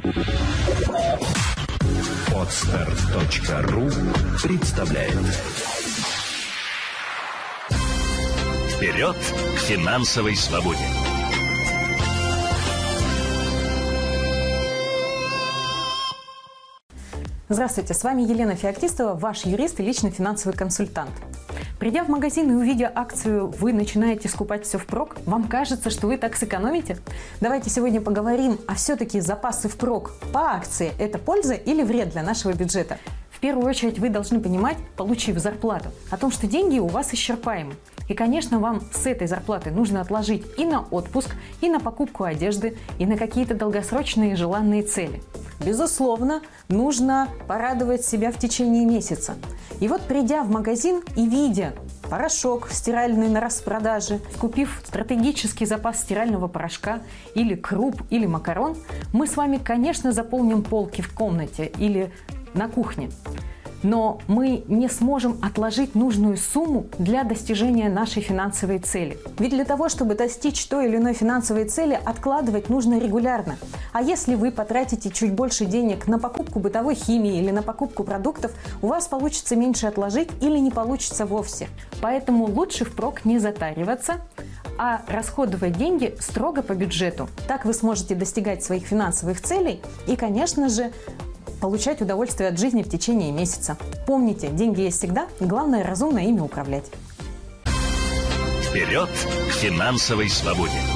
Podster.ru представляет. Вперед к финансовой свободе! Здравствуйте, с вами Елена Феоктистова, ваш юрист и личный финансовый консультант. Придя в магазин и увидя акцию «Вы начинаете скупать все впрок», вам кажется, что вы так сэкономите? Давайте сегодня поговорим, а все-таки запасы впрок по акции – это польза или вред для нашего бюджета? В первую очередь вы должны понимать, получив зарплату, о том, что деньги у вас исчерпаемы. И, конечно, вам с этой зарплаты нужно отложить и на отпуск, и на покупку одежды, и на какие-то долгосрочные желанные цели. Безусловно, нужно порадовать себя в течение месяца. И вот, придя в магазин и видя порошок стиральный на распродаже, купив стратегический запас стирального порошка или круп, или макарон, мы с вами, конечно, заполним полки в комнате или на кухне. Но мы не сможем отложить нужную сумму для достижения нашей финансовой цели. Ведь для того, чтобы достичь той или иной финансовой цели, откладывать нужно регулярно. А если вы потратите чуть больше денег на покупку бытовой химии или на покупку продуктов, у вас получится меньше отложить или не получится вовсе. Поэтому лучше впрок не затариваться, а расходовать деньги строго по бюджету. Так вы сможете достигать своих финансовых целей и, конечно же, получать удовольствие от жизни в течение месяца. Помните, деньги есть всегда, главное разумно ими управлять. Вперед к финансовой свободе!